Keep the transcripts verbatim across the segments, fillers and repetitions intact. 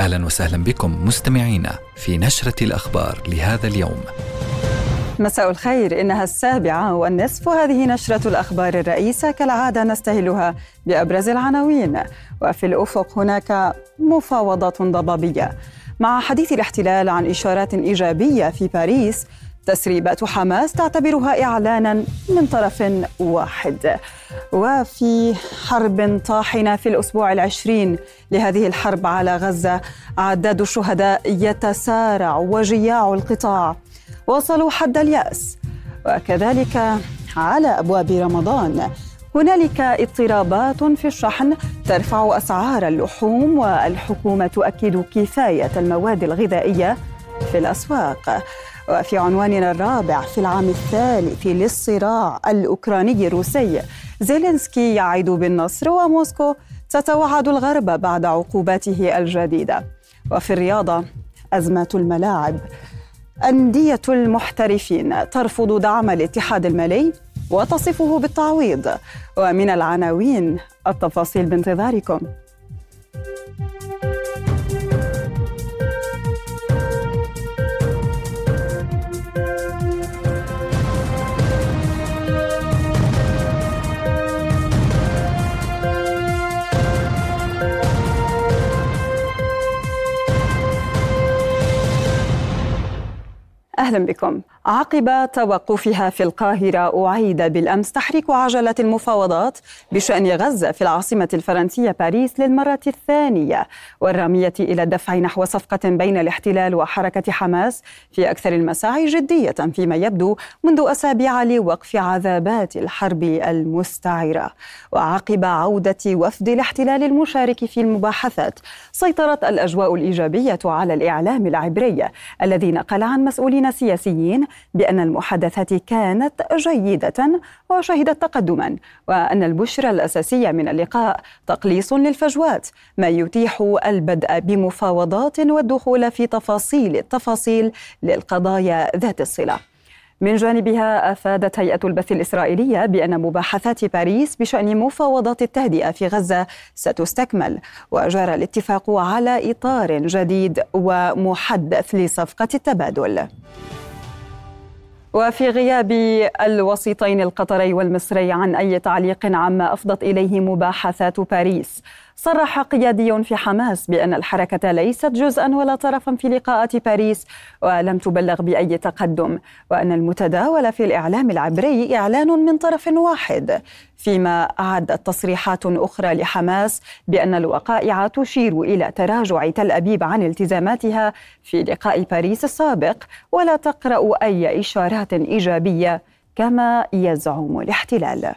أهلا وسهلا بكم مستمعينا في نشرة الأخبار لهذا اليوم. مساء الخير، إنها السابعة والنصف وهذه نشرة الأخبار الرئيسة كالعادة نستهلها بأبرز العناوين. وفي الأفق هناك مفاوضات ضبابية مع حديث الاحتلال عن إشارات إيجابية في باريس. تسريبات حماس تعتبرها إعلانا من طرف واحد. وفي حرب طاحنة في الأسبوع العشرين لهذه الحرب على غزة، عداد الشهداء يتسارع وجياع القطاع وصلوا حد اليأس. وكذلك على أبواب رمضان هنالك اضطرابات في الشحن ترفع أسعار اللحوم، والحكومة تؤكد كفاية المواد الغذائية في الأسواق. وفي عنواننا الرابع، في العام الثالث للصراع الأوكراني الروسي، زيلينسكي يعد بالنصر وموسكو تتوعد الغرب بعد عقوباته الجديدة. وفي الرياضة، أزمة الملاعب، أندية المحترفين ترفض دعم الاتحاد المالي وتصفه بالتعويض. ومن العناوين التفاصيل بانتظاركم. أهلا بكم. عقب توقفها في القاهرة، أعيد بالأمس تحريك عجلة المفاوضات بشأن غزة في العاصمة الفرنسية باريس للمرة الثانية، والرامية إلى الدفع نحو صفقة بين الاحتلال وحركة حماس في أكثر المساعي جدية فيما يبدو منذ أسابيع لوقف عذابات الحرب المستعرة. وعقب عودة وفد الاحتلال المشارك في المباحثات، سيطرت الأجواء الإيجابية على الإعلام العبري الذي نقل عن مسؤولين سياسيين بأن المحادثات كانت جيدة وشهدت تقدما، وأن البشرى الأساسية من اللقاء تقليص للفجوات، ما يتيح البدء بمفاوضات والدخول في تفاصيل التفاصيل للقضايا ذات الصلة. من جانبها، أفادت هيئة البث الإسرائيلية بأن مباحثات باريس بشأن مفاوضات التهدئة في غزة ستستكمل، وجرى الاتفاق على إطار جديد ومحدث لصفقة التبادل. وفي غياب الوسيطين القطري والمصري عن أي تعليق عما أفضت إليه مباحثات باريس، صرح قيادي في حماس بأن الحركة ليست جزءاً ولا طرفاً في لقاءات باريس ولم تبلغ بأي تقدم، وأن المتداول في الإعلام العبري إعلان من طرف واحد، فيما أعدت تصريحات أخرى لحماس بأن الوقائع تشير إلى تراجع تل أبيب عن التزاماتها في لقاء باريس السابق، ولا تقرأ أي إشارات إيجابية كما يزعم الاحتلال.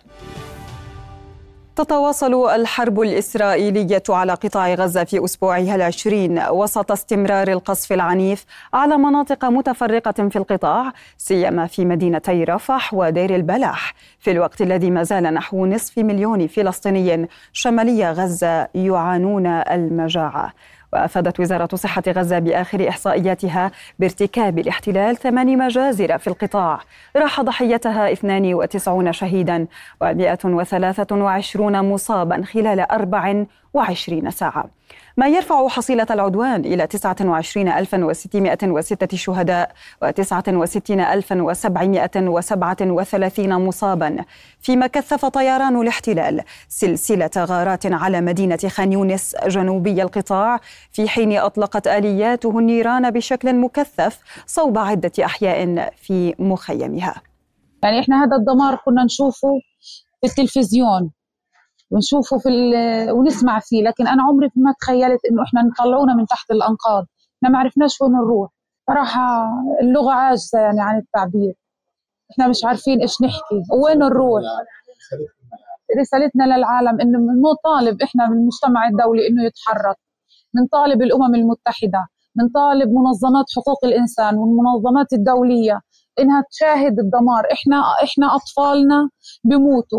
تتواصل الحرب الإسرائيلية على قطاع غزة في أسبوعها العشرين وسط استمرار القصف العنيف على مناطق متفرقة في القطاع، سيما في مدينتي رفح ودير البلح، في الوقت الذي ما زال نحو نصف مليون فلسطيني شمالي غزة يعانون المجاعة. وأفادت وزارة صحة غزة بآخر إحصائياتها بارتكاب الاحتلال ثمان مجازر في القطاع راح ضحيتها اثنان وتسعين شهيدا ومئة وثلاثة وعشرين مصابا خلال أربع وعشرين ساعة، ما يرفع حصيلة العدوان إلى تسعة وعشرين ألفا وستمائة وستة شهداء وتسعة وستين ألفا وسبعمائة وسبعة وثلاثين مصابا، فيما كثف طيران الاحتلال سلسلة غارات على مدينة خان يونس جنوبي القطاع، في حين أطلقت آلياته النيران بشكل مكثف صوب عدة أحياء في مخيمها. يعني إحنا هذا الدمار كنا نشوفه في التلفزيون ونشوفه في ونسمع فيه، لكن أنا عمري ما تخيلت إنه إحنا نطلعونا من تحت الأنقاض. إحنا ما عرفناش وين نروح صراحة، اللغة عاجزة يعني عن التعبير. إحنا مش عارفين إيش نحكي وين نروح. رسالتنا للعالم إنه نطالب إحنا من المجتمع الدولي إنه يتحرك، من طالب الأمم المتحدة، من طالب منظمات حقوق الإنسان والمنظمات الدولية إنها تشاهد الدمار. إحنا إحنا أطفالنا بيموتوا.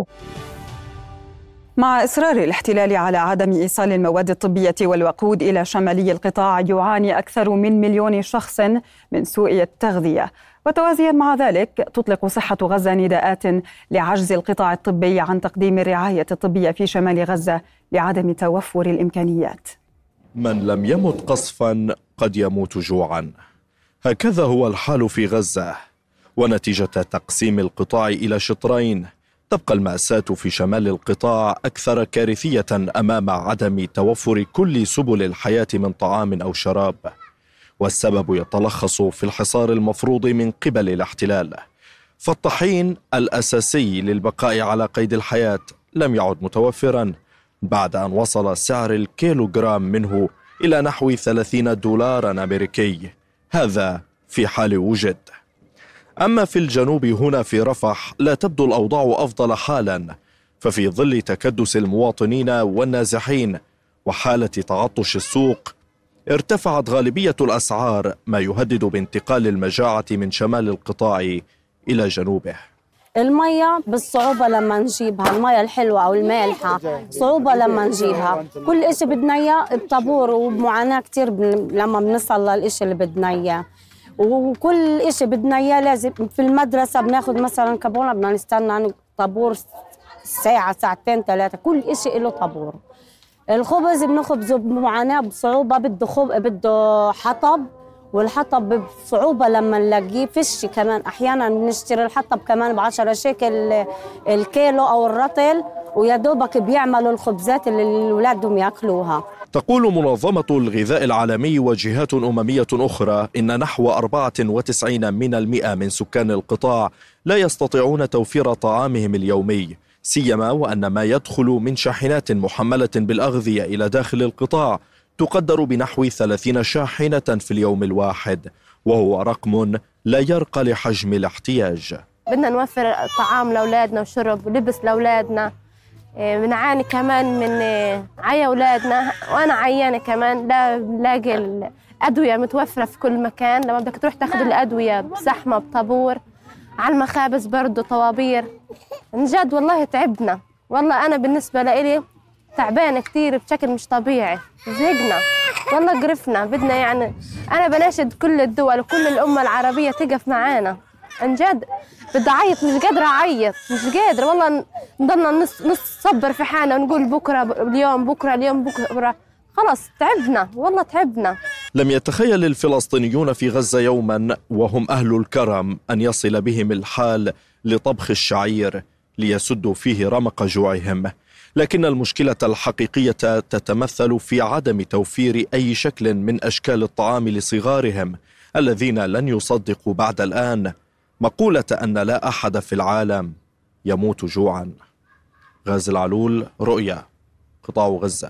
مع إصرار الاحتلال على عدم إيصال المواد الطبية والوقود إلى شمالي القطاع، يعاني أكثر من مليون شخص من سوء التغذية. وتوازيا مع ذلك، تطلق صحة غزة نداءات لعجز القطاع الطبي عن تقديم الرعاية الطبية في شمال غزة لعدم توفر الإمكانيات. من لم يمت قصفا قد يموت جوعا. هكذا هو الحال في غزة، ونتيجة تقسيم القطاع إلى شطرين تبقى المأساة في شمال القطاع أكثر كارثية أمام عدم توفر كل سبل الحياة من طعام أو شراب، والسبب يتلخص في الحصار المفروض من قبل الاحتلال. فالطحين الأساسي للبقاء على قيد الحياة لم يعد متوفرا بعد أن وصل سعر الكيلوغرام منه إلى نحو ثلاثين دولارا أمريكي، هذا في حال وجد. أما في الجنوب هنا في رفح لا تبدو الأوضاع أفضل حالا، ففي ظل تكدس المواطنين والنازحين وحالة تعطش السوق ارتفعت غالبية الأسعار، ما يهدد بانتقال المجاعة من شمال القطاع إلى جنوبه. المية بالصعوبة لما نجيبها، المية الحلوة أو المالحة صعوبة لما نجيبها، كل إشي بدنا إياه بطابور وبمعاناة كتير لما بنصل للإشي اللي بدنا إياه، وكل إشي بدنا إياه لازم. في المدرسة بناخد مثلا كابونة بدنا نستنى طابور ساعة ساعتين ثلاثة، كل إشي له طابور. الخبز بنخبزه بمعاناة بصعوبة، بده خب بده حطب، والحطب بصعوبة لما نلاقيه فيش. كمان أحيانا بنشتري الحطب كمان بعشرة شيكل الكيلو أو الرطل، ويا دوبك بيعملوا الخبزات اللي الأولادهم يأكلوها. تقول منظمة الغذاء العالمي وجهات أممية أخرى إن نحو أربعة وتسعين من المئة من سكان القطاع لا يستطيعون توفير طعامهم اليومي، سيما وأن ما يدخل من شاحنات محملة بالأغذية إلى داخل القطاع تقدر بنحو ثلاثين شاحنة في اليوم الواحد، وهو رقم لا يرقى لحجم الاحتياج. بدنا نوفر طعام لأولادنا وشرب ولبس لأولادنا، بنعاني كمان من عيا أولادنا، وأنا عيانة كمان، لا بلاقي الأدوية متوفرة في كل مكان. لما بدك تروح تاخذ الأدوية بزحمة بطابور، على المخابز برضو طوابير. نجد والله تعبنا، والله أنا بالنسبة لإلي تعبانة كتير بشكل مش طبيعي، زهقنا والله، قرفنا. بدنا يعني أنا بناشد كل الدول وكل الأمة العربية تقف معانا، انجد بدي أعيط، مش قادرة أعيط، مش قادرة والله. نضلنا نص نص صبر في حالنا ونقول بكرة اليوم بكرة اليوم بكرة، خلاص تعبنا والله تعبنا. لم يتخيل الفلسطينيون في غزة يوما وهم أهل الكرم أن يصل بهم الحال لطبخ الشعير ليسدوا فيه رمق جوعهم، لكن المشكلة الحقيقية تتمثل في عدم توفير أي شكل من أشكال الطعام لصغارهم الذين لن يصدقوا بعد الآن مقولة أن لا أحد في العالم يموت جوعا. غازي العلول، رؤيا، قطاع غزة.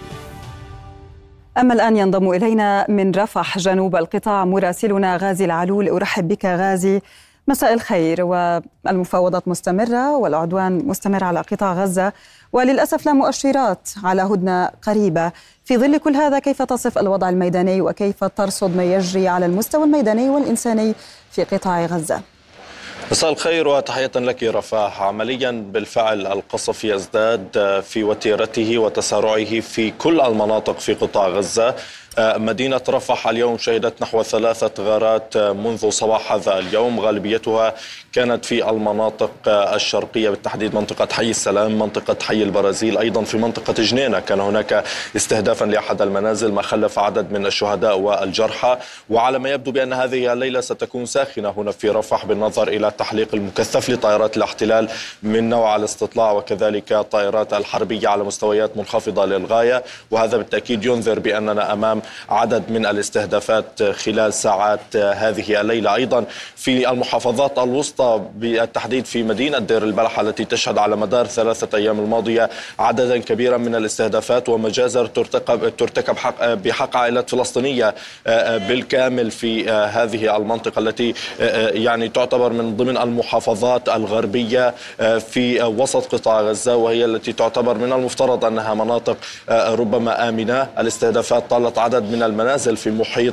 أما الآن ينضم إلينا من رفح جنوب القطاع مراسلنا غازي العلول. أرحب بك غازي، مساء الخير. والمفاوضات مستمرة والعدوان مستمر على قطاع غزة، وللأسف لا مؤشرات على هدنة قريبة. في ظل كل هذا كيف تصف الوضع الميداني وكيف ترصد ما يجري على المستوى الميداني والإنساني في قطاع غزة؟ مساء الخير وتحية لك رفاح. عمليا بالفعل القصف يزداد في وتيرته وتسارعه في كل المناطق في قطاع غزة. مدينة رفح اليوم شهدت نحو ثلاثة غارات منذ صباح هذا اليوم، غالبيتها كانت في المناطق الشرقية، بالتحديد منطقة حي السلام، منطقة حي البرازيل، أيضا في منطقة جنينة كان هناك استهدافا لأحد المنازل ما خلف عدد من الشهداء والجرحى. وعلى ما يبدو بأن هذه الليلة ستكون ساخنة هنا في رفح بالنظر إلى التحليق المكثف لطائرات الاحتلال من نوع الاستطلاع وكذلك الطائرات الحربية على مستويات منخفضة للغاية، وهذا بالتأكيد ينذر بأننا أمام عدد من الاستهدافات خلال ساعات هذه الليلة. أيضا في المحافظات الوسطى بالتحديد في مدينة دير البلح التي تشهد على مدار ثلاثة أيام الماضية عددا كبيرا من الاستهدافات ومجازر ترتكب ترتكب حق بحق عائلات فلسطينية بالكامل في هذه المنطقة التي يعني تعتبر من ضمن المحافظات الغربية في وسط قطاع غزة، وهي التي تعتبر من المفترض أنها مناطق ربما آمنة. الاستهدافات طالت عدد عدد من المنازل في محيط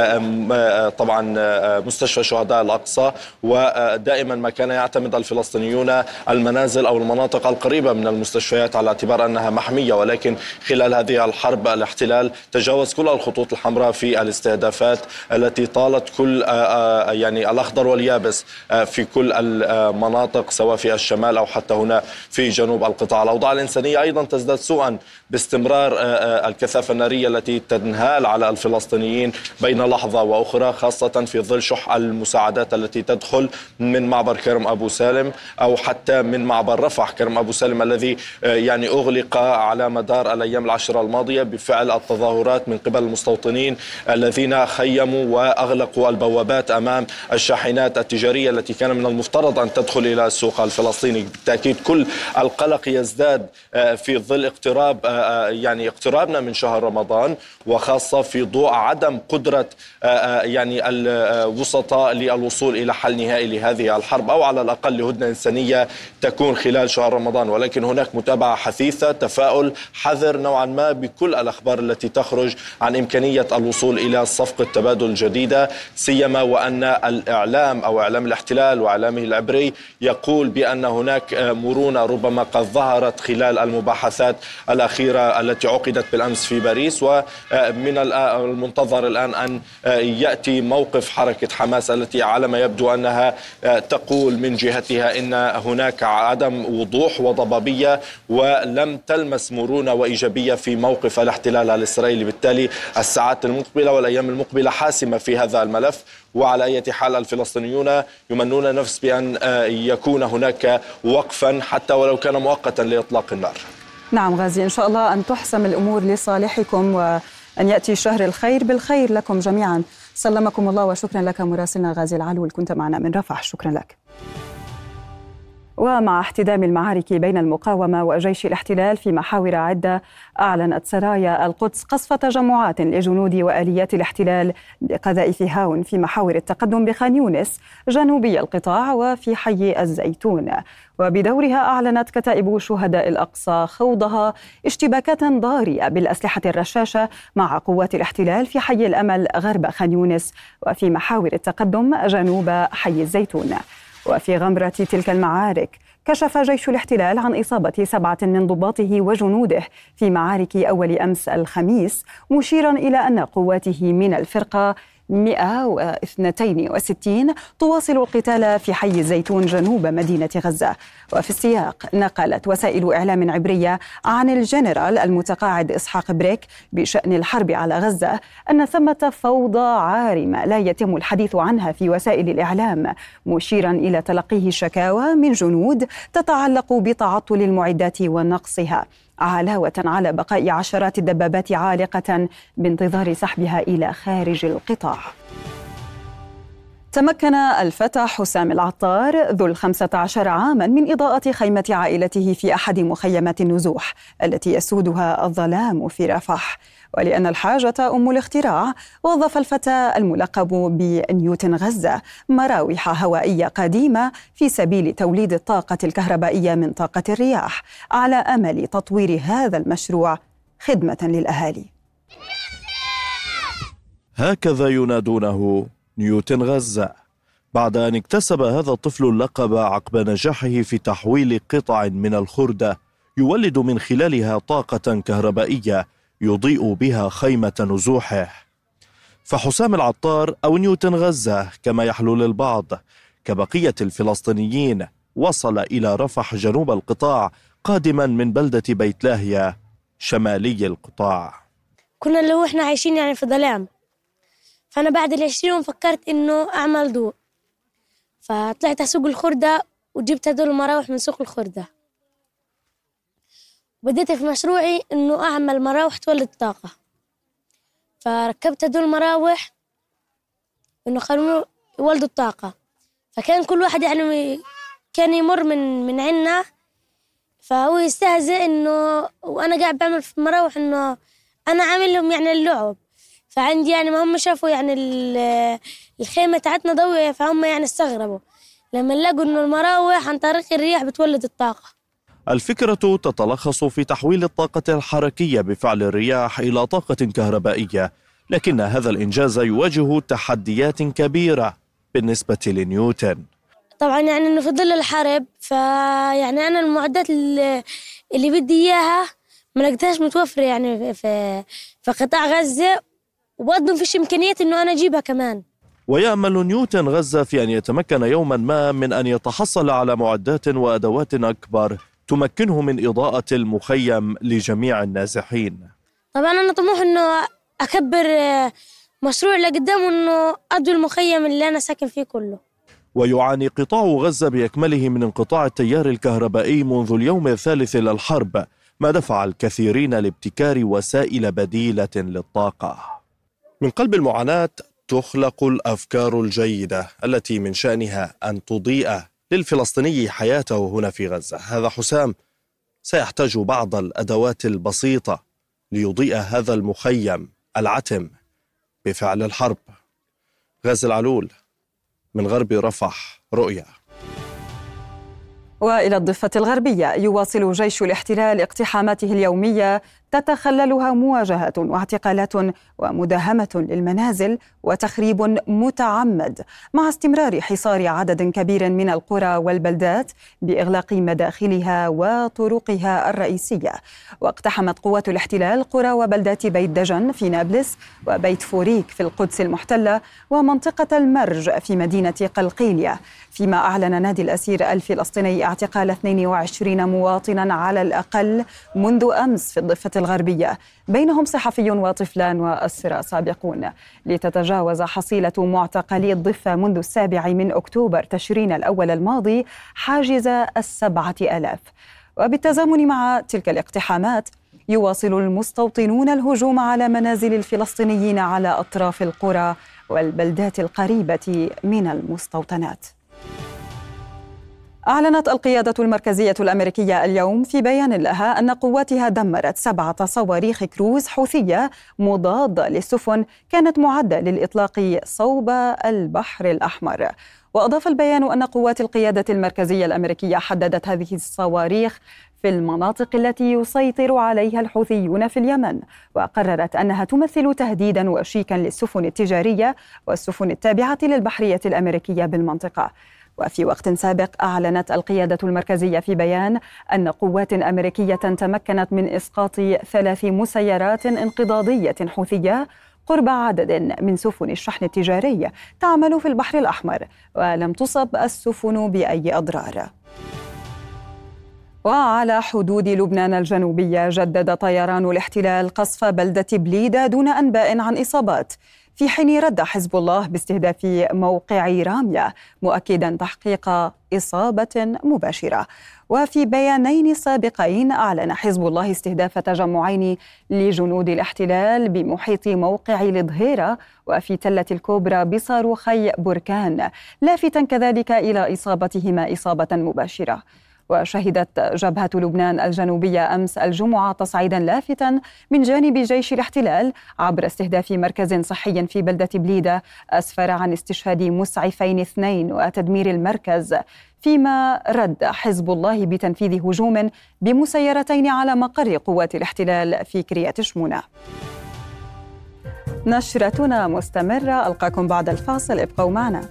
طبعا مستشفى شهداء الأقصى، ودائما ما كان يعتمد الفلسطينيون المنازل أو المناطق القريبة من المستشفيات على اعتبار أنها محمية، ولكن خلال هذه الحرب الاحتلال تجاوز كل الخطوط الحمراء في الاستهدافات التي طالت كل يعني الأخضر واليابس في كل المناطق سواء في الشمال أو حتى هنا في جنوب القطاع. الأوضاع الإنسانية أيضا تزداد سوءا باستمرار الكثافة النارية التي تنهال على الفلسطينيين بين لحظة وأخرى، خاصة في ظل شح المساعدات التي تدخل من معبر كرم أبو سالم أو حتى من معبر رفح. كرم أبو سالم الذي يعني أغلق على مدار الأيام العشرة الماضية بفعل التظاهرات من قبل المستوطنين الذين خيموا وأغلقوا البوابات أمام الشاحنات التجارية التي كان من المفترض أن تدخل إلى السوق الفلسطيني. بالتأكيد كل القلق يزداد في ظل اقتراب يعني اقترابنا من شهر رمضان، وخاصة في ضوء عدم قدرة يعني الوسطاء للوصول إلى حل نهائي لهذه الحرب أو على الأقل لهدنة إنسانية تكون خلال شهر رمضان. ولكن هناك متابعة حثيثة، تفاؤل، حذر نوعا ما بكل الأخبار التي تخرج عن إمكانية الوصول إلى صفقة تبادل جديدة، سيما وأن الإعلام أو إعلام الاحتلال وإعلامه العبري يقول بأن هناك مرونة ربما قد ظهرت خلال المباحثات الأخيرة التي عقدت بالأمس في باريس، ومن المنتظر الآن أن يأتي موقف حركة حماس التي على ما يبدو أنها تقول من جهتها إن هناك عدم وضوح وضبابية ولم تلمس مرونة وإيجابية في موقف الاحتلال الإسرائيلي. بالتالي الساعات المقبلة والأيام المقبلة حاسمة في هذا الملف، وعلى أي حال الفلسطينيون يمنون نفس بأن يكون هناك وقفا حتى ولو كان مؤقتا لإطلاق النار. نعم غازي، إن شاء الله أن تحسم الأمور لصالحكم وأن يأتي شهر الخير بالخير لكم جميعا. سلمكم الله، وشكرا لك مراسلنا غازي العلول، كنت معنا من رفح. شكرا لك. ومع احتدام المعارك بين المقاومة وجيش الاحتلال في محاور عدة، أعلنت سرايا القدس قصف تجمعات لجنود وآليات الاحتلال بقذائف هاون في محاور التقدم بخان يونس جنوبي القطاع وفي حي الزيتون. وبدورها أعلنت كتائب شهداء الأقصى خوضها اشتباكات ضارية بالأسلحة الرشاشة مع قوات الاحتلال في حي الأمل غرب خان يونس وفي محاور التقدم جنوب حي الزيتون. وفي غمرة تلك المعارك كشف جيش الاحتلال عن إصابة سبعة من ضباطه وجنوده في معارك أول أمس الخميس، مشيرا إلى أن قواته من الفرقة مئة واثنين وستين تواصل القتال في حي الزيتون جنوب مدينة غزة. وفي السياق نقلت وسائل إعلام عبرية عن الجنرال المتقاعد إسحاق بريك بشأن الحرب على غزة أن ثمة فوضى عارمة لا يتم الحديث عنها في وسائل الإعلام، مشيرا إلى تلقيه شكاوى من جنود تتعلق بتعطل المعدات ونقصها، علاوة على بقاء عشرات الدبابات عالقة بانتظار سحبها إلى خارج القطاع. تمكن الفتى حسام العطار ذو الخمسة عشر عاما من إضاءة خيمة عائلته في أحد مخيمات النزوح التي يسودها الظلام في رفح. ولأن الحاجة أم الاختراع، وظف الفتى الملقب بنيوتن غزة مراوح هوائية قديمة في سبيل توليد الطاقة الكهربائية من طاقة الرياح، على أمل تطوير هذا المشروع خدمة للأهالي. هكذا ينادونه نيوتن غزة، بعد أن اكتسب هذا الطفل اللقب عقب نجاحه في تحويل قطع من الخردة يولد من خلالها طاقة كهربائية يضيء بها خيمة نزوحه. فحسام العطار أو نيوتن غزة كما يحلو للبعض كبقية الفلسطينيين وصل إلى رفح جنوب القطاع قادما من بلدة بيت لاهيا شمالي القطاع. كنا اللي هو احنا عايشين يعني في ظلام، فأنا بعد العشرين يوم فكرت إنه أعمل ضوء، فطلعت أسوق الخردة وجبت هدول المراوح من سوق الخردة. بديت في مشروعي إنه أعمل مراوح تولد طاقة، فركبت هدول المراوح إنه خلوا يولدوا الطاقة. فكان كل واحد يعني كان يمر من من عنا فهو يستهزئ إنه وأنا قاعد بعمل في مراوح إنه أنا عامل لهم يعني اللعب. فعندي يعني ما هم شافوا يعني الخيمة تاعتنا ضوئة، فهم يعني استغربوا لما لقوا إنه المراوح عن طريق الرياح بتولد الطاقة. الفكرة تتلخص في تحويل الطاقة الحركية بفعل الرياح إلى طاقة كهربائية لكن هذا الإنجاز يواجه تحديات كبيرة بالنسبة لنيوتن. طبعا يعني انه في ظل الحرب، فيعني انا المعدات اللي, اللي بدي اياها ما لقيتهاش متوفره يعني في في قطاع غزه، وبرضه فيش امكانيه انه انا اجيبها كمان. ويأمل نيوتن غزة في أن يتمكن يوما ما من أن يتحصل على معدات وأدوات أكبر تمكنه من إضاءة المخيم لجميع النازحين. طبعا أنا طموح أنه أكبر مشروع لقدام وأنه أدو المخيم اللي أنا ساكن فيه كله. ويعاني قطاع غزة بأكمله من انقطاع التيار الكهربائي منذ اليوم الثالث للحرب، ما دفع الكثيرين لابتكار وسائل بديلة للطاقة. من قلب المعاناة تخلق الأفكار الجيدة التي من شأنها أن تضيء للفلسطيني حياته هنا في غزة. هذا حسام سيحتاج بعض الأدوات البسيطة ليضيء هذا المخيم العتم بفعل الحرب. غازي العلول من غرب رفح، رؤيا. وإلى الضفة الغربية، يواصل جيش الاحتلال اقتحاماته اليومية تتخللها مواجهة واعتقالات ومداهمة للمنازل وتخريب متعمد، مع استمرار حصار عدد كبير من القرى والبلدات بإغلاق مداخلها وطرقها الرئيسية. واقتحمت قوات الاحتلال قرى وبلدات بيت دجن في نابلس وبيت فوريك في القدس المحتلة ومنطقة المرج في مدينة قلقيلية، فيما أعلن نادي الأسير الفلسطيني اعتقال اثنين وعشرين مواطنا على الأقل منذ أمس في الضفة الغربية، بينهم صحفي وطفلان وأسرى سابقون، لتتجاوز حصيلة معتقلي الضفة منذ السابع من أكتوبر تشرين الأول الماضي حاجز السبعة ألاف. وبالتزامن مع تلك الاقتحامات يواصل المستوطنون الهجوم على منازل الفلسطينيين على أطراف القرى والبلدات القريبة من المستوطنات. أعلنت القيادة المركزية الأمريكية اليوم في بيان لها أن قواتها دمرت سبعة صواريخ كروز حوثية مضادة للسفن كانت معدة للإطلاق صوب البحر الأحمر. وأضاف البيان أن قوات القيادة المركزية الأمريكية حددت هذه الصواريخ في المناطق التي يسيطر عليها الحوثيون في اليمن، وقررت أنها تمثل تهديداً وشيكاً للسفن التجارية والسفن التابعة للبحرية الأمريكية بالمنطقة. وفي وقت سابق أعلنت القيادة المركزية في بيان أن قوات أمريكية تمكنت من إسقاط ثلاث مسيرات انقضاضية حوثية قرب عدد من سفن الشحن التجاري تعمل في البحر الأحمر، ولم تصب السفن بأي أضرار. وعلى حدود لبنان الجنوبية جدد طيران الاحتلال قصف بلدة بليدة دون أنباء عن إصابات، في حين رد حزب الله باستهداف موقع رامية مؤكدا تحقيق إصابة مباشرة. وفي بيانين سابقين أعلن حزب الله استهداف تجمعين لجنود الاحتلال بمحيط موقع الظهيرة وفي تلة الكوبرا بصاروخي بركان، لافتا كذلك إلى إصابتهما إصابة مباشرة. وشهدت جبهة لبنان الجنوبية أمس الجمعة تصعيدا لافتا من جانب جيش الاحتلال عبر استهداف مركز صحي في بلدة بليدة أسفر عن استشهاد مسعفين اثنين وتدمير المركز، فيما رد حزب الله بتنفيذ هجوم بمسيرتين على مقر قوات الاحتلال في كريات شمونة. نشرتنا مستمرة، ألقاكم بعد الفاصل، ابقوا معنا.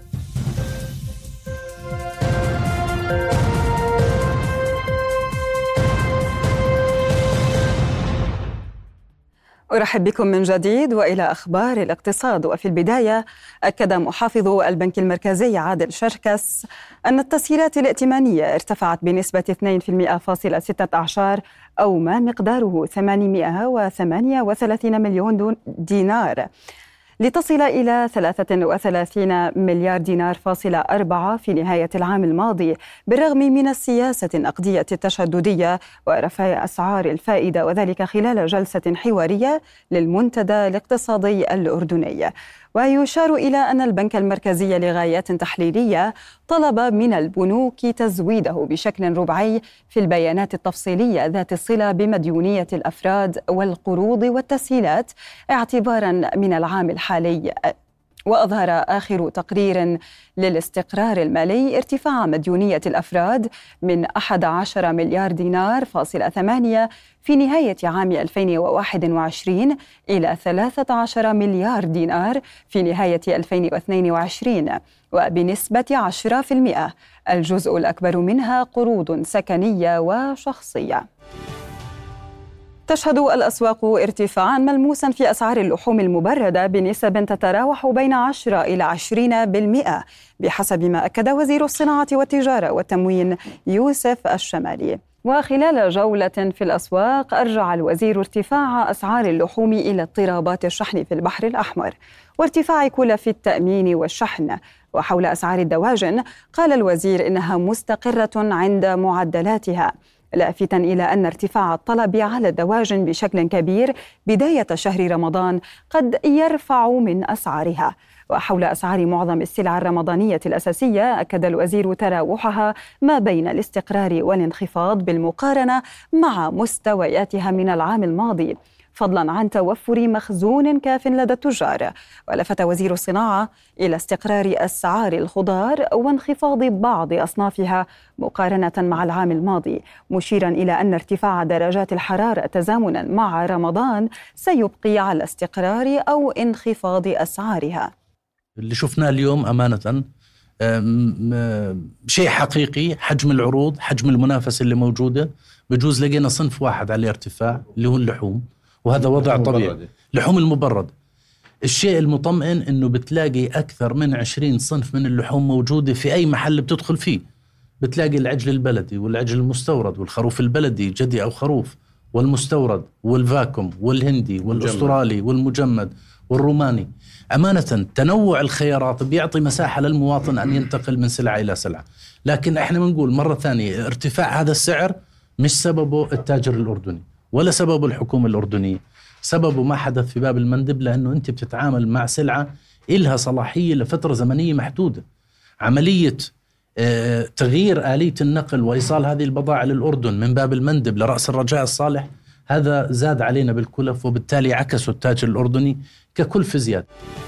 أرحب بكم من جديد وإلى أخبار الاقتصاد. وفي البداية أكد محافظ البنك المركزي عادل شركس أن التسهيلات الائتمانية ارتفعت بنسبة اثنين فاصلة ستة عشر أو ما مقداره ثمانمائة وثمانية وثلاثين مليون دينار لتصل إلى ثلاثة وثلاثين مليار دينار فاصل أربعة في نهاية العام الماضي، بالرغم من السياسة النقدية التشددية ورفع أسعار الفائدة، وذلك خلال جلسة حوارية للمنتدى الاقتصادي الأردني. ويشار إلى أن البنك المركزي لغايات تحليلية طلب من البنوك تزويده بشكل ربعي في البيانات التفصيلية ذات الصلة بمديونية الأفراد والقروض والتسهيلات اعتباراً من العام الحالي وأظهر آخر تقرير للاستقرار المالي ارتفاع مديونية الأفراد من أحد عشر مليار دينار فاصلة ثمانية في نهاية عام ألفين وواحد وعشرين إلى ثلاثة عشر مليار دينار في نهاية ألفين واثنين وعشرين، وبنسبة عشرة بالمئة، الجزء الأكبر منها قروض سكنية وشخصية. تشهد الأسواق ارتفاعاً ملموساً في أسعار اللحوم المبردة بنسب تتراوح بين عشرة إلى عشرين بالمئة بحسب ما أكد وزير الصناعة والتجارة والتموين يوسف الشمالي. وخلال جولة في الأسواق أرجع الوزير ارتفاع أسعار اللحوم إلى اضطرابات الشحن في البحر الأحمر وارتفاع كلف التأمين والشحن. وحول أسعار الدواجن قال الوزير إنها مستقرة عند معدلاتها، لافتا إلى أن ارتفاع الطلب على الدواجن بشكل كبير بداية شهر رمضان قد يرفع من أسعارها. وحول أسعار معظم السلع الرمضانية الأساسية أكد الوزير تراوحها ما بين الاستقرار والانخفاض بالمقارنة مع مستوياتها من العام الماضي، فضلا عن توفر مخزون كاف لدى التجار. ولفت وزير الصناعة إلى استقرار أسعار الخضار وانخفاض بعض أصنافها مقارنة مع العام الماضي، مشيرا إلى أن ارتفاع درجات الحرارة تزامنا مع رمضان سيبقي على استقرار أو انخفاض أسعارها. اللي شفناه اليوم أمانة شيء حقيقي، حجم العروض، حجم المنافسة اللي موجودة، بجوز لقينا صنف واحد عليه ارتفاع اللي هو اللحوم، وهذا وضع طبيعي. لحوم المبرد. الشيء المطمئن انه بتلاقي اكثر من عشرين صنف من اللحوم موجودة في اي محل بتدخل فيه. بتلاقي العجل البلدي والعجل المستورد والخروف البلدي جدي او خروف والمستورد والفاكوم والهندي والاسترالي والمجمد والروماني. أمانة تنوع الخيارات بيعطي مساحة للمواطن أن ينتقل من سلعة إلى سلعة. لكن احنا بنقول مرة ثانية ارتفاع هذا السعر مش سببه التاجر الأردني ولا سببه الحكومة الأردنية، سببه ما حدث في باب المندب، لأنه أنت بتتعامل مع سلعة إلها صلاحية لفترة زمنية محدودة. عملية اه تغيير آلية النقل وإيصال هذه البضائع للأردن من باب المندب لرأس الرجاء الصالح هذا زاد علينا بالكلف، وبالتالي عكسوا التاجر الأردني ككلف زيادة.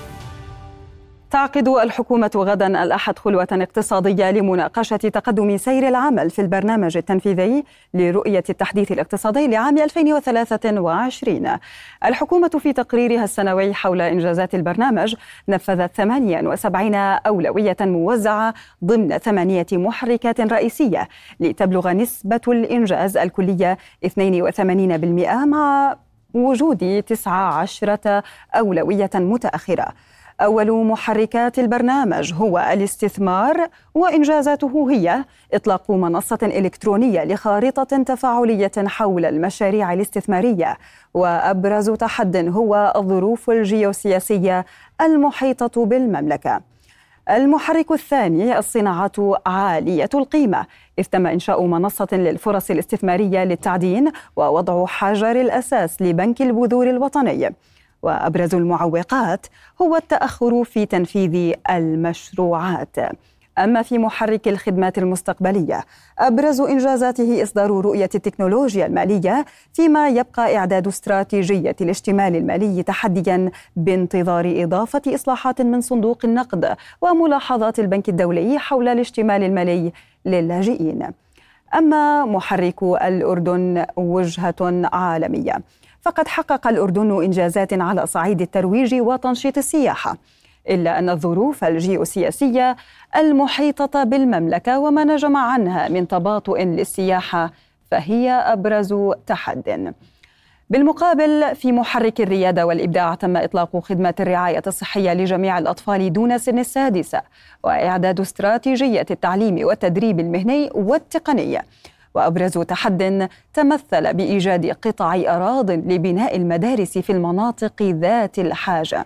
تعقد الحكومة غدا الأحد خلوة اقتصادية لمناقشة تقدم سير العمل في البرنامج التنفيذي لرؤية التحديث الاقتصادي لعام ألفين وثلاثة وعشرين. الحكومة في تقريرها السنوي حول إنجازات البرنامج نفذت ثمانية وسبعين أولوية موزعة ضمن ثمانية محركات رئيسية لتبلغ نسبة الإنجاز الكلية اثنين وثمانين بالمئة مع وجود تسعة عشرة أولوية متأخرة. أول محركات البرنامج هو الاستثمار، وإنجازاته هي إطلاق منصة إلكترونية لخارطة تفاعلية حول المشاريع الاستثمارية. وأبرز تحد هو الظروف الجيوسياسية المحيطة بالمملكة. المحرك الثاني الصناعات عالية القيمة، إذ تم إنشاء منصة للفرص الاستثمارية للتعدين ووضع حجر الأساس لبنك البذور الوطني. وأبرز المعوقات هو التأخر في تنفيذ المشروعات. أما في محرك الخدمات المستقبلية أبرز إنجازاته إصدار رؤية التكنولوجيا المالية، فيما يبقى إعداد استراتيجية الاشتمال المالي تحدياً بانتظار إضافة إصلاحات من صندوق النقد وملاحظات البنك الدولي حول الاشتمال المالي للاجئين. أما محرك الأردن وجهة عالمية، فقد حقق الأردن إنجازات على صعيد الترويج وتنشيط السياحة، إلا أن الظروف الجيوسياسية المحيطة بالمملكة وما نجم عنها من تباطؤ للسياحة فهي أبرز تحد. بالمقابل في محرك الريادة والإبداع تم إطلاق خدمات الرعاية الصحية لجميع الأطفال دون سن السادسة، وإعداد استراتيجية التعليم والتدريب المهني والتقني. وأبرز تحد تمثل بإيجاد قطع أراضٍ لبناء المدارس في المناطق ذات الحاجة.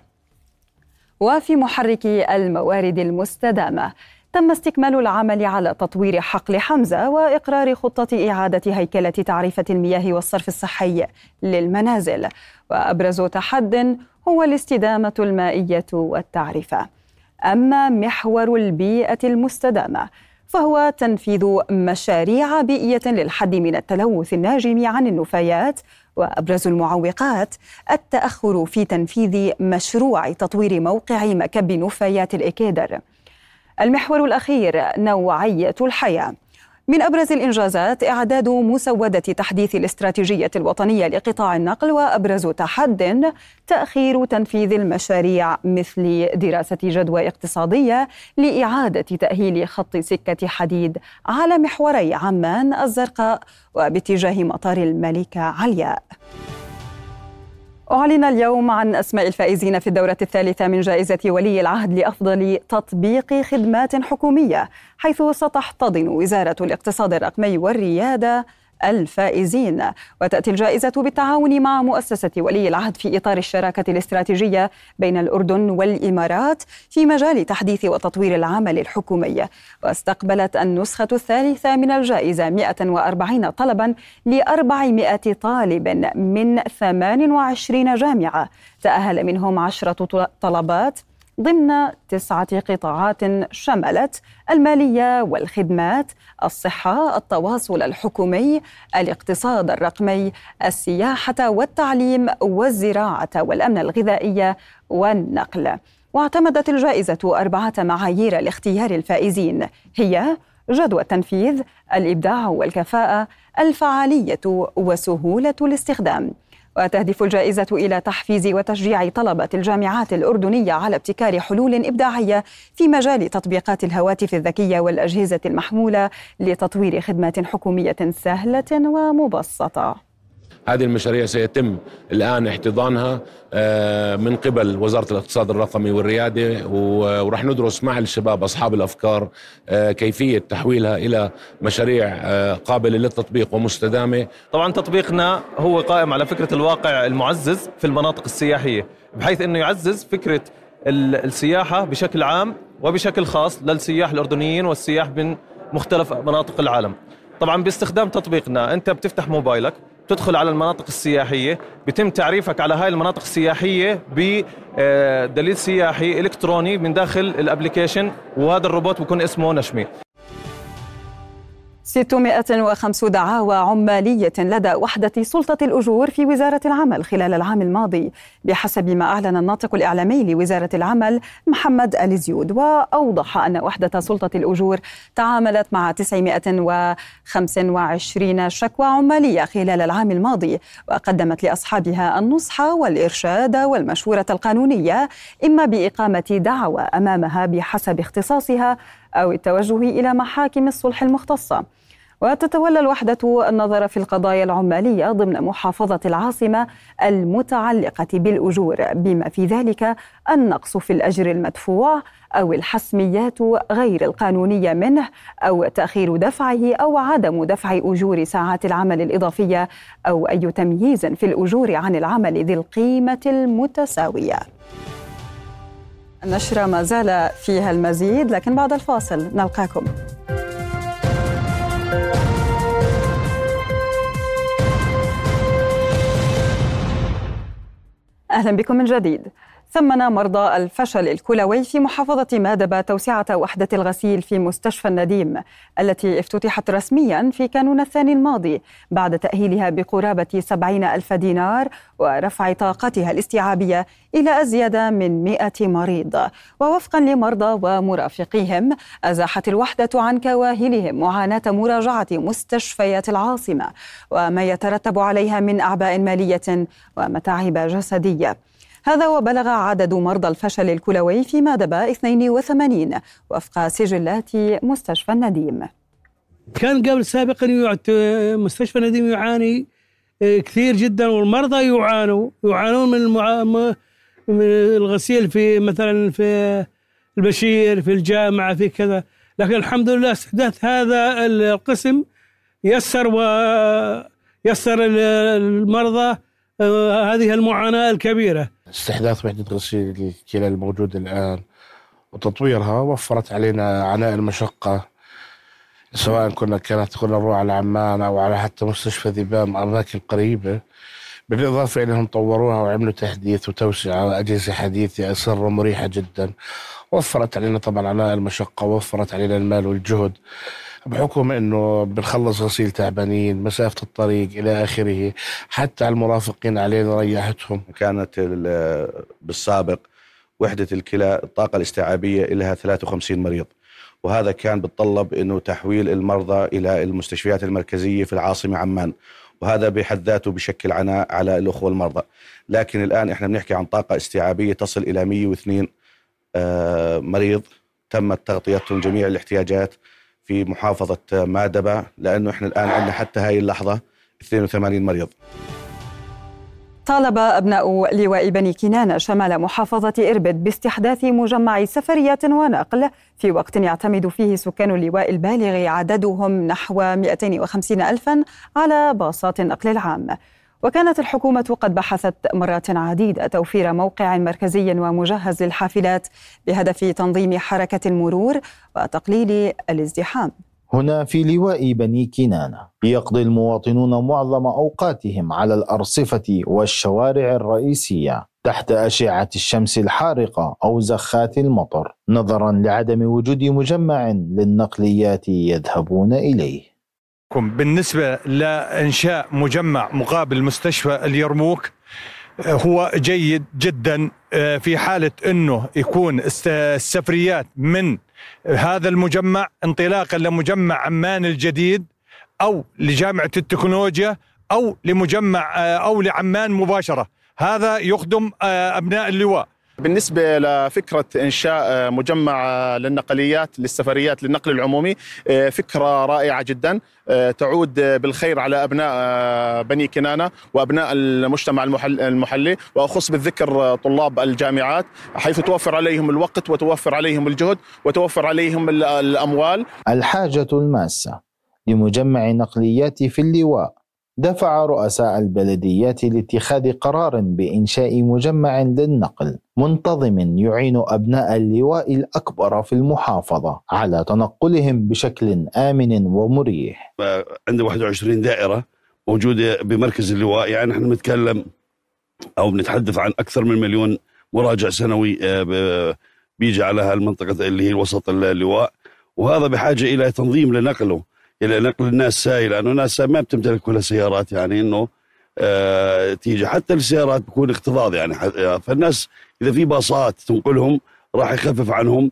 وفي محرك الموارد المستدامة تم استكمال العمل على تطوير حقل حمزة وإقرار خطة إعادة هيكلة تعرفة المياه والصرف الصحي للمنازل. وأبرز تحد هو الاستدامة المائية والتعرفة. أما محور البيئة المستدامة فهو تنفيذ مشاريع بيئية للحد من التلوث الناجم عن النفايات وأبرز المعوقات التأخر في تنفيذ مشروع تطوير موقع مكب نفايات الإكيدر. المحور الأخير نوعية الحياة. من أبرز الإنجازات إعداد مسودة تحديث الاستراتيجية الوطنية لقطاع النقل، وأبرز تحد تأخير تنفيذ المشاريع مثل دراسة جدوى اقتصادية لإعادة تأهيل خط سكة حديد على محوري عمان الزرقاء وباتجاه مطار الملكة علياء. أعلن اليوم عن أسماء الفائزين في الدورة الثالثة من جائزة ولي العهد لأفضل تطبيق خدمات حكومية، حيث ستحتضن وزارة الاقتصاد الرقمي والريادة الفائزين. وتأتي الجائزة بالتعاون مع مؤسسة ولي العهد في إطار الشراكة الاستراتيجية بين الأردن والإمارات في مجال تحديث وتطوير العمل الحكومي. واستقبلت النسخة الثالثة من الجائزة مئة وأربعين طلبا لأربعمائة طالب من ثمان وعشرين جامعة، تأهل منهم عشرة طلبات ضمن تسعة قطاعات شملت المالية والخدمات، الصحة، التواصل الحكومي، الاقتصاد الرقمي، السياحة والتعليم والزراعة والأمن الغذائي والنقل. واعتمدت الجائزة أربعة معايير لاختيار الفائزين، هي جدوى التنفيذ، الإبداع والكفاءة، الفعالية وسهولة الاستخدام. وتهدف الجائزة إلى تحفيز وتشجيع طلبة الجامعات الأردنية على ابتكار حلول إبداعية في مجال تطبيقات الهواتف الذكية والأجهزة المحمولة لتطوير خدمات حكومية سهلة ومبسطة. هذه المشاريع سيتم الآن احتضانها من قبل وزارة الاقتصاد الرقمي والريادة، ورح ندرس مع الشباب أصحاب الأفكار كيفية تحويلها إلى مشاريع قابلة للتطبيق ومستدامة. طبعا تطبيقنا هو قائم على فكرة الواقع المعزز في المناطق السياحية، بحيث أنه يعزز فكرة السياحة بشكل عام وبشكل خاص للسياح الأردنيين والسياح من مختلف مناطق العالم. طبعا باستخدام تطبيقنا أنت بتفتح موبايلك، تدخل على المناطق السياحية، بيتم تعريفك على هاي المناطق السياحية بدليل سياحي إلكتروني من داخل الابليكيشن، وهذا الروبوت بيكون اسمه نشمي. ستمائة وخمس دعاوى عمالية لدى وحدة سلطة الأجور في وزارة العمل خلال العام الماضي بحسب ما أعلن الناطق الإعلامي لوزارة العمل محمد الزيود. وأوضح أن وحدة سلطة الأجور تعاملت مع تسعمائة وخمسة وعشرين شكوى عمالية خلال العام الماضي، وقدمت لأصحابها النصح والإرشاد والمشورة القانونية، إما بإقامة دعوى أمامها بحسب اختصاصها أو التوجه إلى محاكم الصلح المختصة. وتتولى الوحدة النظر في القضايا العمالية ضمن محافظة العاصمة المتعلقة بالأجور، بما في ذلك النقص في الأجر المدفوع أو الحسميات غير القانونية منه أو تأخير دفعه أو عدم دفع أجور ساعات العمل الإضافية أو أي تمييز في الأجور عن العمل ذي القيمة المتساوية. النشرة ما زال فيها المزيد، لكن بعد الفاصل نلقاكم. أهلا بكم من جديد. ثمن مرضى الفشل الكلوي في محافظة مادبة توسعة وحدة الغسيل في مستشفى النديم التي افتتحت رسميا في كانون الثاني الماضي بعد تأهيلها بقرابة سبعين ألف دينار ورفع طاقتها الاستيعابية إلى أزيد من مئة مريض. ووفقا لمرضى ومرافقيهم، أزاحت الوحدة عن كواهلهم معاناة مراجعة مستشفيات العاصمة وما يترتب عليها من أعباء مالية ومتاعب جسدية. هذا وبلغ عدد مرضى الفشل الكلوي في مادبة اثنين وثمانين وفق سجلات مستشفى النديم. كان قبل سابقا مستشفى النديم يعاني كثير جدا، والمرضى يعانوا يعانون من, المع... من الغسيل في مثلا في البشير، في الجامعة، في كذا. لكن الحمد لله استحداث هذا القسم يسر ويسر المرضى هذه المعاناة الكبيرة. استحداث وحدة غسيل الكلى الموجودة الآن وتطويرها وفرت علينا عناء المشقة، سواء كنا كانت كنا نروح على عمان أو على حتى مستشفى ذبام أماكن قريبة، بالإضافة إلى أنهم طوروها وعملوا تحديث وتوسعة وأجهزة حديثة أسر ومريحة جدا. وفرت علينا طبعا عناء المشقة، ووفرت علينا المال والجهد بحكم أنه بنخلص غسيل تعبانين، مسافة الطريق إلى آخره، حتى المرافقين علينا ريحتهم. كانت بالسابق وحدة الكلى الطاقة الاستيعابية لها ثلاثة وخمسين مريض، وهذا كان بتطلب أنه تحويل المرضى إلى المستشفيات المركزية في العاصمة عمان، وهذا بحد ذاته بشكل عناء على الأخوة المرضى. لكن الآن إحنا بنحكي عن طاقة استيعابية تصل إلى مئة واثنين مريض تمت تغطيتهم جميع الاحتياجات في محافظة مادبة، لأنه إحنا الآن عندنا حتى هاي اللحظة اثنين وثمانين مريض. طالب أبناء لواء بني كنانة شمال محافظة إربد باستحداث مجمع سفريات ونقل في وقت يعتمد فيه سكان اللواء البالغ عددهم نحو مئتين وخمسين ألفا على باصات النقل العام. وكانت الحكومة قد بحثت مرات عديدة توفير موقع مركزي ومجهز للحافلات بهدف تنظيم حركة المرور وتقليل الازدحام. هنا في لواء بني كنانة يقضي المواطنون معظم أوقاتهم على الأرصفة والشوارع الرئيسية تحت أشعة الشمس الحارقة أو زخات المطر، نظرا لعدم وجود مجمع للنقليات يذهبون إليه. بالنسبة لإنشاء مجمع مقابل مستشفى اليرموك هو جيد جدا في حالة أنه يكون السفريات من هذا المجمع انطلاقا لمجمع عمان الجديد أو لجامعة التكنولوجيا أو لمجمع أو لعمان مباشرة، هذا يخدم أبناء اللواء. بالنسبة لفكرة إنشاء مجمع للنقليات للسفريات للنقل العمومي، فكرة رائعة جدا تعود بالخير على أبناء بني كنانة وأبناء المجتمع المحلي، وأخص بالذكر طلاب الجامعات، حيث توفر عليهم الوقت وتوفر عليهم الجهد وتوفر عليهم الأموال. الحاجة الماسة لمجمع نقليات في اللواء دفع رؤساء البلديات لاتخاذ قرار بإنشاء مجمع للنقل منتظم يعين أبناء اللواء الأكبر في المحافظة على تنقلهم بشكل آمن ومريح. عندنا واحد وعشرين دائرة موجودة بمركز اللواء، يعني نحن نتكلم أو بنتحدث عن أكثر من مليون مراجع سنوي بيجي على هالمنطقة اللي هي وسط اللواء، وهذا بحاجة إلى تنظيم لنقله، إلى نقل الناس ساي، لأنه الناس ما بتمتلك كل سيارات، يعني إنه آه تيجي حتى السيارات بكون اكتظاظ، يعني فالناس إذا في باصات تنقلهم راح يخفف عنهم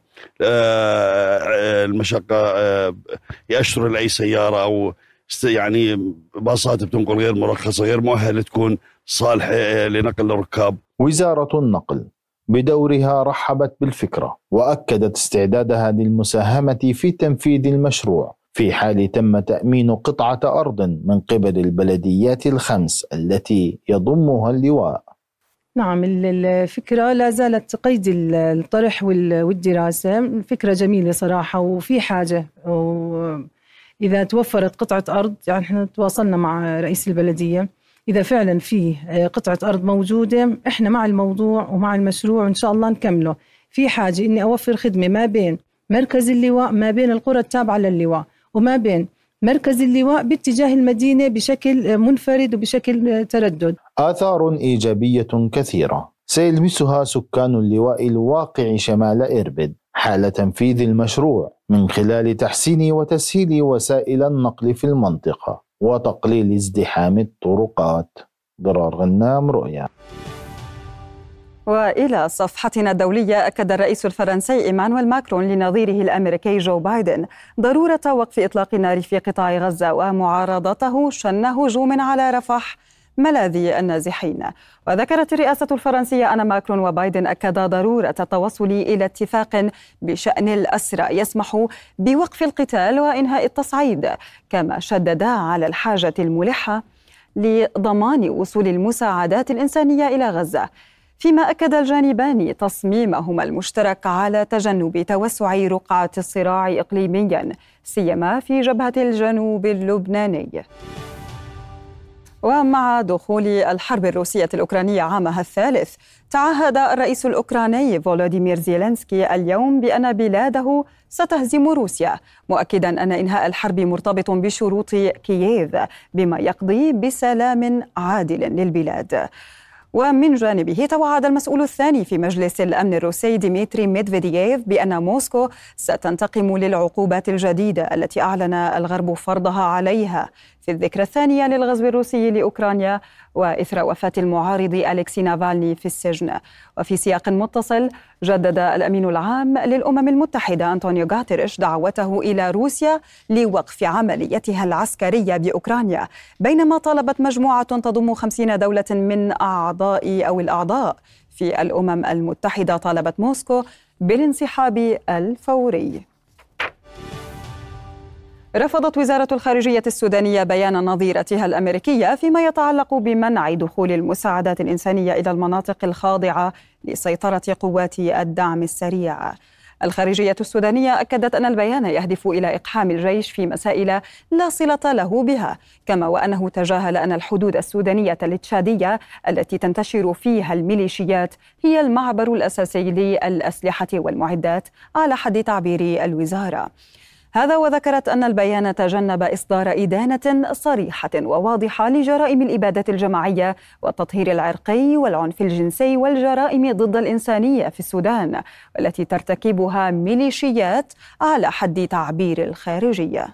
آه المشقة، آه يأشر لأي سيارة أو يعني باصات بتنقل غير مرخصة غير مؤهلة تكون صالحة لنقل الركاب. وزارة النقل بدورها رحبت بالفكرة وأكدت استعدادها للمساهمة في تنفيذ المشروع في حال تم تأمين قطعة أرض من قبل البلديات الخمس التي يضمها اللواء. نعم، الفكرة لا زالت قيد الطرح والدراسة، فكرة جميلة صراحة وفي حاجة، إذا توفرت قطعة أرض، يعني احنا تواصلنا مع رئيس البلدية، إذا فعلا في قطعة أرض موجودة احنا مع الموضوع ومع المشروع وإن شاء الله نكمله. في حاجة إني أوفر خدمة ما بين مركز اللواء، ما بين القرى التابعة للواء، وما بين مركز اللواء باتجاه المدينة بشكل منفرد وبشكل تردد. آثار إيجابية كثيرة سيلمسها سكان اللواء الواقع شمال إربد حال تنفيذ المشروع من خلال تحسين وتسهيل وسائل النقل في المنطقة وتقليل ازدحام الطرقات. ضرار غنام، رؤيا. وإلى صفحتنا الدولية، أكد الرئيس الفرنسي إيمانويل ماكرون لنظيره الأمريكي جو بايدن ضرورة وقف إطلاق النار في قطاع غزة ومعارضته شن هجوم على رفح ملاذ النازحين. وذكرت الرئاسة الفرنسية أن ماكرون وبايدن أكدا ضرورة التوصل إلى اتفاق بشأن الأسرى يسمح بوقف القتال وإنهاء التصعيد، كما شددا على الحاجة الملحة لضمان وصول المساعدات الإنسانية إلى غزة، فيما أكد الجانبان تصميمهما المشترك على تجنب توسع رقعة الصراع إقليميا، سيما في جبهة الجنوب اللبناني. ومع دخول الحرب الروسية الأوكرانية عامها الثالث، تعهد الرئيس الأوكراني فولوديمير زيلينسكي اليوم بأن بلاده ستهزم روسيا، مؤكدا أن إنهاء الحرب مرتبط بشروط كييف بما يقضي بسلام عادل للبلاد. ومن جانبه توعد المسؤول الثاني في مجلس الأمن الروسي ديمتري ميدفيدييف بأن موسكو ستنتقم للعقوبات الجديدة التي أعلن الغرب فرضها عليها في الذكرى الثانية للغزو الروسي لأوكرانيا وإثر وفاة المعارض أليكسي نافالني في السجن. وفي سياق متصل جدد الأمين العام للأمم المتحدة أنطونيو غوتيريش دعوته إلى روسيا لوقف عمليتها العسكرية بأوكرانيا، بينما طالبت مجموعة تضم خمسين دولة من أعضاء أو الأعضاء في الأمم المتحدة طالبت موسكو بالانسحاب الفوري. رفضت وزارة الخارجية السودانية بيان نظيرتها الأمريكية فيما يتعلق بمنع دخول المساعدات الإنسانية إلى المناطق الخاضعة لسيطرة قوات الدعم السريع. الخارجية السودانية أكدت أن البيان يهدف إلى إقحام الجيش في مسائل لا صلة له بها، كما وأنه تجاهل أن الحدود السودانية التشادية التي تنتشر فيها الميليشيات هي المعبر الأساسي للأسلحة والمعدات على حد تعبير الوزارة. هذا وذكرت أن البيان تجنب إصدار إدانة صريحة وواضحة لجرائم الإبادة الجماعية والتطهير العرقي والعنف الجنسي والجرائم ضد الإنسانية في السودان والتي ترتكبها ميليشيات على حد تعبير الخارجية.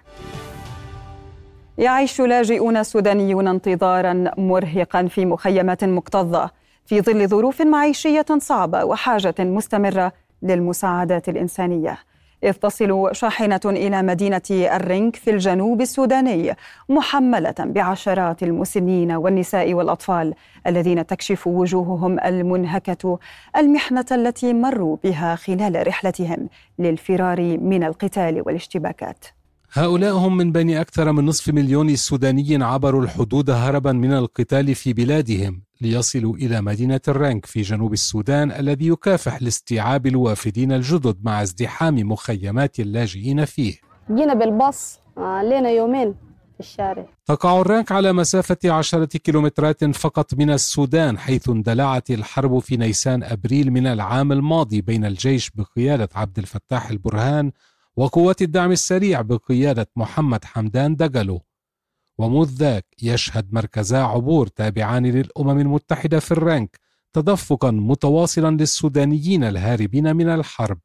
يعيش لاجئون سودانيون انتظاراً مرهقاً في مخيمات مكتظة في ظل ظروف معيشية صعبة وحاجة مستمرة للمساعدات الإنسانية، إذ تصل شاحنة إلى مدينة الرنك في الجنوب السوداني محملة بعشرات المسنين والنساء والأطفال الذين تكشف وجوههم المنهكة المحنة التي مروا بها خلال رحلتهم للفرار من القتال والاشتباكات. هؤلاء هم من بين أكثر من نصف مليون سوداني عبروا الحدود هربا من القتال في بلادهم ليصلوا إلى مدينة الرنك في جنوب السودان الذي يكافح لاستيعاب الوافدين الجدد مع ازدحام مخيمات اللاجئين فيه. جينا بالباص لنا يومين في الشارع. تقع الرنك على مسافة عشرة كيلومترات فقط من السودان، حيث اندلعت الحرب في نيسان أبريل من العام الماضي بين الجيش بقيادة عبد الفتاح البرهان وقوات الدعم السريع بقيادة محمد حمدان دقلو. ومذ ذاك يشهد مركزا عبور تابعان للأمم المتحدة في الرنك تدفقا متواصلا للسودانيين الهاربين من الحرب.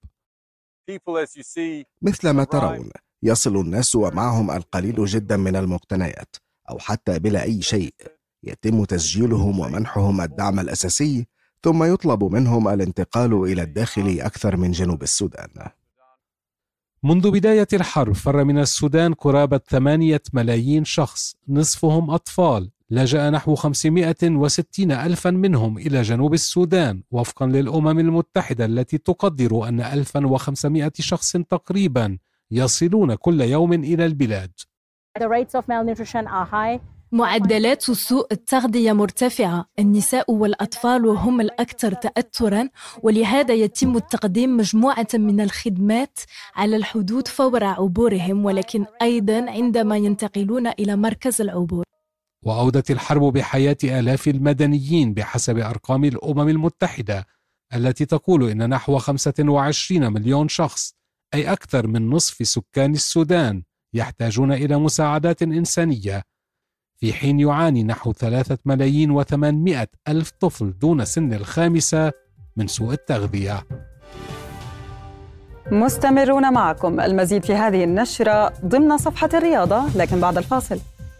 مثل ما ترون يصل الناس ومعهم القليل جدا من المقتنيات أو حتى بلا أي شيء، يتم تسجيلهم ومنحهم الدعم الأساسي ثم يطلب منهم الانتقال إلى الداخل أكثر من جنوب السودان. منذ بداية الحرب فر من السودان قرابة ثمانية ملايين شخص، نصفهم أطفال. لجأ نحو خمسمائة وستين ألفا منهم إلى جنوب السودان وفقا للأمم المتحدة التي تقدر أن ألفا وخمسمائة شخص تقريبا يصلون كل يوم إلى البلاد. معدلات سوء التغذية مرتفعة، النساء والأطفال هم الأكثر تأثراً، ولهذا يتم تقديم مجموعة من الخدمات على الحدود فور عبورهم، ولكن أيضاً عندما ينتقلون إلى مركز العبور. وأودت الحرب بحياة آلاف المدنيين بحسب أرقام الأمم المتحدة التي تقول إن نحو خمسة وعشرين مليون شخص، أي أكثر من نصف سكان السودان، يحتاجون إلى مساعدات إنسانية، في حين يعاني نحو ثلاثة ملايين وثمانمائة ألف طفل دون سن الخامسة من سوء التغذية. مستمرون معكم، المزيد في هذه النشرة ضمن صفحة الرياضة لكن بعد الفاصل.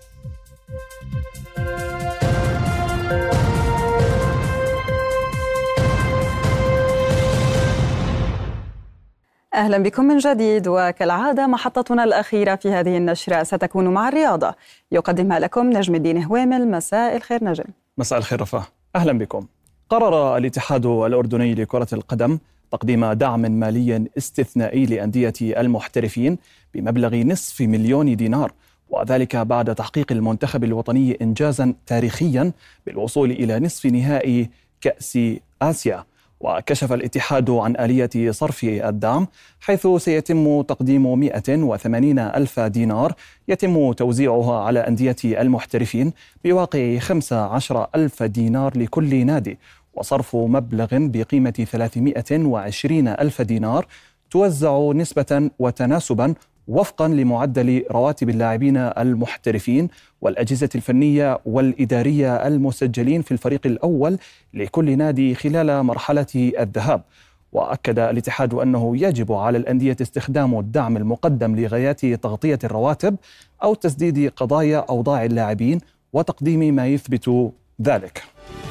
أهلا بكم من جديد، وكالعادة محطتنا الأخيرة في هذه النشرة ستكون مع الرياضة، يقدمها لكم نجم الدين هويمل. مساء الخير نجم. مساء الخير رفاه، أهلا بكم. قرر الاتحاد الأردني لكرة القدم تقديم دعم مالي استثنائي لأندية المحترفين بمبلغ نصف مليون دينار، وذلك بعد تحقيق المنتخب الوطني إنجازا تاريخيا بالوصول إلى نصف نهائي كأس آسيا. وكشف الاتحاد عن آلية صرف الدعم، حيث سيتم تقديم مئة وثمانين ألف دينار يتم توزيعها على أندية المحترفين بواقع خمسة عشر ألف دينار لكل نادي، وصرف مبلغ بقيمة ثلاثمائة وعشرين ألف دينار توزع نسبة وتناسبا وفقا لمعدل رواتب اللاعبين المحترفين والأجهزة الفنية والإدارية المسجلين في الفريق الأول لكل نادي خلال مرحلة الذهاب. وأكد الاتحاد أنه يجب على الأندية استخدام الدعم المقدم لغايات تغطية الرواتب أو تسديد قضايا أوضاع اللاعبين وتقديم ما يثبت ذلك.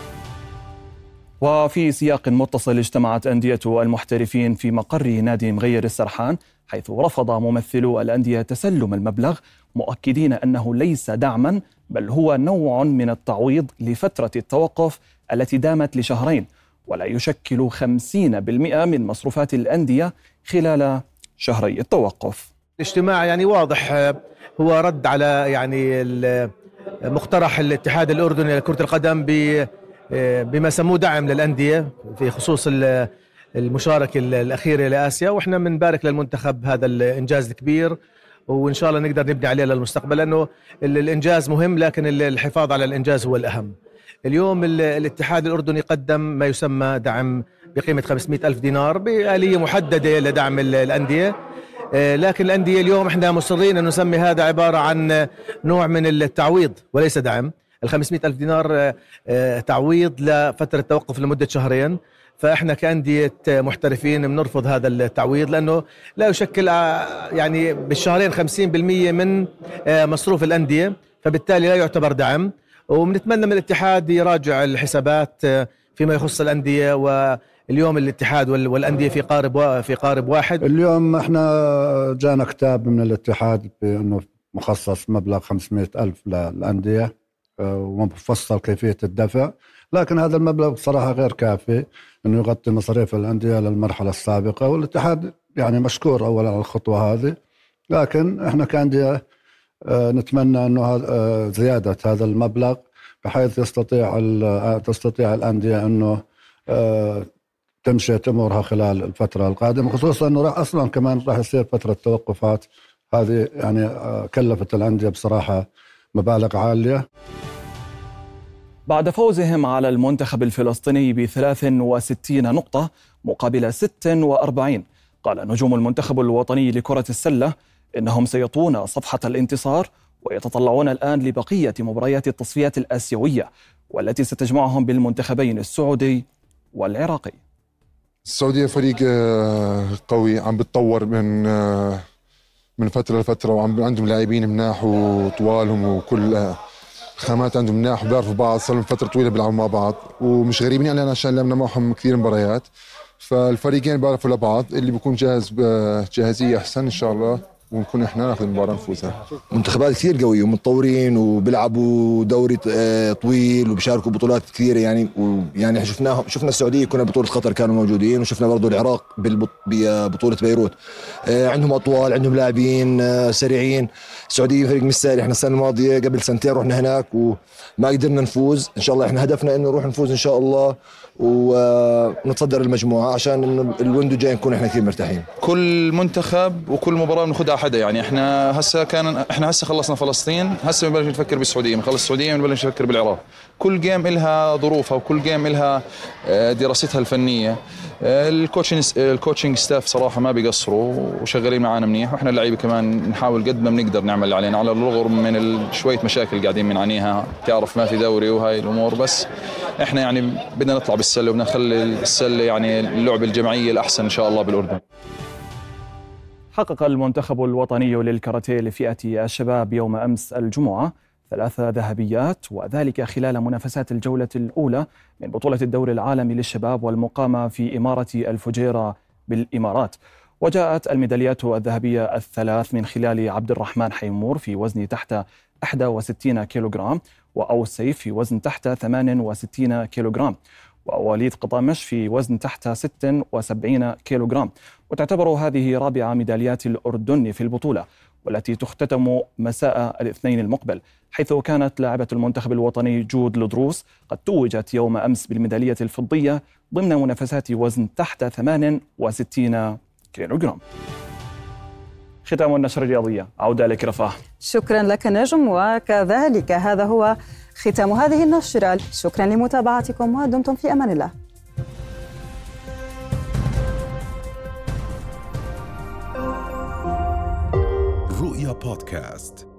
وفي سياق متصل اجتمعت أندية المحترفين في مقر نادي مغير السرحان، حيث رفض ممثلو الأندية تسلم المبلغ، مؤكدين أنه ليس دعما بل هو نوع من التعويض لفترة التوقف التي دامت لشهرين، ولا يشكل خمسين بالمئة من مصروفات الأندية خلال شهري التوقف. الاجتماع يعني واضح، هو رد على يعني مقترح الاتحاد الأردني لكرة القدم بما سموه دعم للأندية في خصوص المشاركة الأخيرة لآسيا، وإحنا بنبارك للمنتخب هذا الإنجاز الكبير، وإن شاء الله نقدر نبني عليه للمستقبل، لأنه الإنجاز مهم لكن الحفاظ على الإنجاز هو الأهم. اليوم الاتحاد الأردني قدم ما يسمى دعم بقيمة خمسمئة ألف دينار بآلية محددة لدعم الأندية، لكن الأندية اليوم احنا مصرين أن نسمي هذا عبارة عن نوع من التعويض وليس دعم. الخمسمئة ألف دينار تعويض لفترة توقف لمدة شهرين، فإحنا كأندية محترفين بنرفض هذا التعويض لأنه لا يشكل يعني بالشهرين خمسين بالمئة من مصروف الأندية، فبالتالي لا يعتبر دعم. وبنتمنى من الاتحاد يراجع الحسابات فيما يخص الأندية، واليوم الاتحاد والأندية في قارب في قارب واحد. اليوم احنا جانا كتاب من الاتحاد بأنه مخصص مبلغ خمسمئة ألف للأندية ومفصل كيفية الدفع، لكن هذا المبلغ بصراحة غير كافي أنه يغطي مصاريف الأندية للمرحلة السابقة، والاتحاد يعني مشكور أولا على الخطوة هذه، لكن احنا كأندية نتمنى أنه زيادة هذا المبلغ بحيث يستطيع تستطيع الأندية أنه تمشي أمورها خلال الفترة القادمة، خصوصا أنه راح أصلا كمان راح يصير فترة توقفات، هذه يعني كلفت الأندية بصراحة مبالغ عالية. بعد فوزهم على المنتخب الفلسطيني بثلاث وستين نقطة مقابل ست وأربعين، قال نجوم المنتخب الوطني لكرة السلة إنهم سيطون صفحة الانتصار ويتطلعون الآن لبقية مباريات التصفيات الآسيوية والتي ستجمعهم بالمنتخبين السعودي والعراقي. السعودية فريق قوي عم بتطور من من فترة لفترة، وعم عندهم لاعبين مناح وطوالهم وكل خامات عندهم مناح وبيعرفوا بعض، صار لهم فترة طويلة بيلعبوا مع بعض ومش غريبين علينا عشان لعبنا معهم كثير مباريات، فالفريقين بيعرفوا لبعض، اللي بيكون جاهز بجاهزية أحسن إن شاء الله ونكون احنا ناخذ المباراه نفوزها. منتخبات كثير قويه ومتطورين وبيلعبوا دوري طويل وبيشاركوا بطولات كثيره يعني، ويعني شفناهم شفنا السعوديه كنا بطوله قطر كانوا موجودين، وشفنا برضه العراق ببطوله بيروت، عندهم اطوال، عندهم لاعبين سريعين. السعوديه فريق مش سهل، احنا السنه الماضيه قبل سنتين رحنا هناك وما قدرنا نفوز، ان شاء الله احنا هدفنا انه نروح نفوز ان شاء الله ونتصدر المجموعه عشان انه الويندو جاي نكون احنا كثير مرتاحين. كل منتخب وكل مباراه بناخذها حدا، يعني احنا هسه كان احنا هسه خلصنا فلسطين، هسه بنبلش نفكر بالسعوديه، بنخلص السعوديه بنبلش نفكر بالعراق. كل جيم لها ظروفها وكل جيم لها دراستها الفنيه. الكوتشنج الكوتشنج ستاف صراحه ما بيقصروا وشغالين معنا منيح، واحنا اللعيبه كمان نحاول قد ما بنقدر نعمل اللي علينا، على الرغم من شويه مشاكل قاعدين بنعانيها، تعرف ما في دوري وهاي الامور، بس احنا يعني بدنا نطلع بالسله وبدنا نخلي السله يعني اللعبه الجماعيه الاحسن ان شاء الله بالاردن. حقق المنتخب الوطني للكاراتيه لفئة الشباب يوم أمس الجمعة ثلاث ذهبيات، وذلك خلال منافسات الجولة الأولى من بطولة الدوري العالمي للشباب والمقامة في إمارة الفجيرة بالإمارات. وجاءت الميداليات الذهبية الثلاث من خلال عبد الرحمن حيمور في وزن تحت إحدى وستين كيلوغرام، وأو السيف في وزن تحت ثمانية وستين كيلوغرام، ووليد قطامش في وزن تحت ستة وسبعين كيلوغرام. وتعتبر هذه رابع ميداليات الأردن في البطولة، والتي تختتم مساء الاثنين المقبل، حيث كانت لاعبة المنتخب الوطني جود لدروس قد توجت يوم أمس بالميدالية الفضية ضمن منافسات وزن تحت ثمانية وستين كيلوغرام. ختام النشرة الرياضية، عودة لك رفاه. شكرا لك نجم، وكذلك هذا هو ختام هذه النشرة. شكرا لمتابعتكم ودمتم في أمان الله. رؤيا بودكاست.